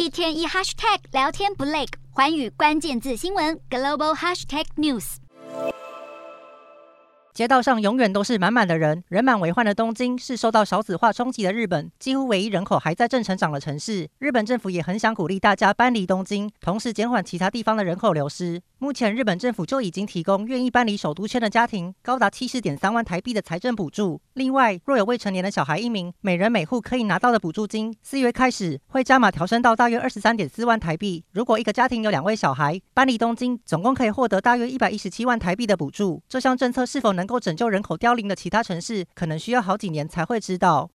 一天一 hashtag 聊天不累，寰宇关键字新闻 global hashtag news。 街道上永远都是满满的人，人满为患的东京是受到少子化冲击的日本几乎唯一人口还在正成长的城市。日本政府也很想鼓励大家搬离东京，同时减缓其他地方的人口流失。目前日本政府就已经提供愿意搬离首都圈的家庭高达70.3万台币的财政补助。另外，若有未成年的小孩1名，每人每户可以拿到的补助金4月开始会加码调升到大约23.4万台币。如果一个家庭有2位小孩，搬离东京总共可以获得大约117万台币的补助。这项政策是否能够拯救人口凋零的其他城市，可能需要好几年才会知道。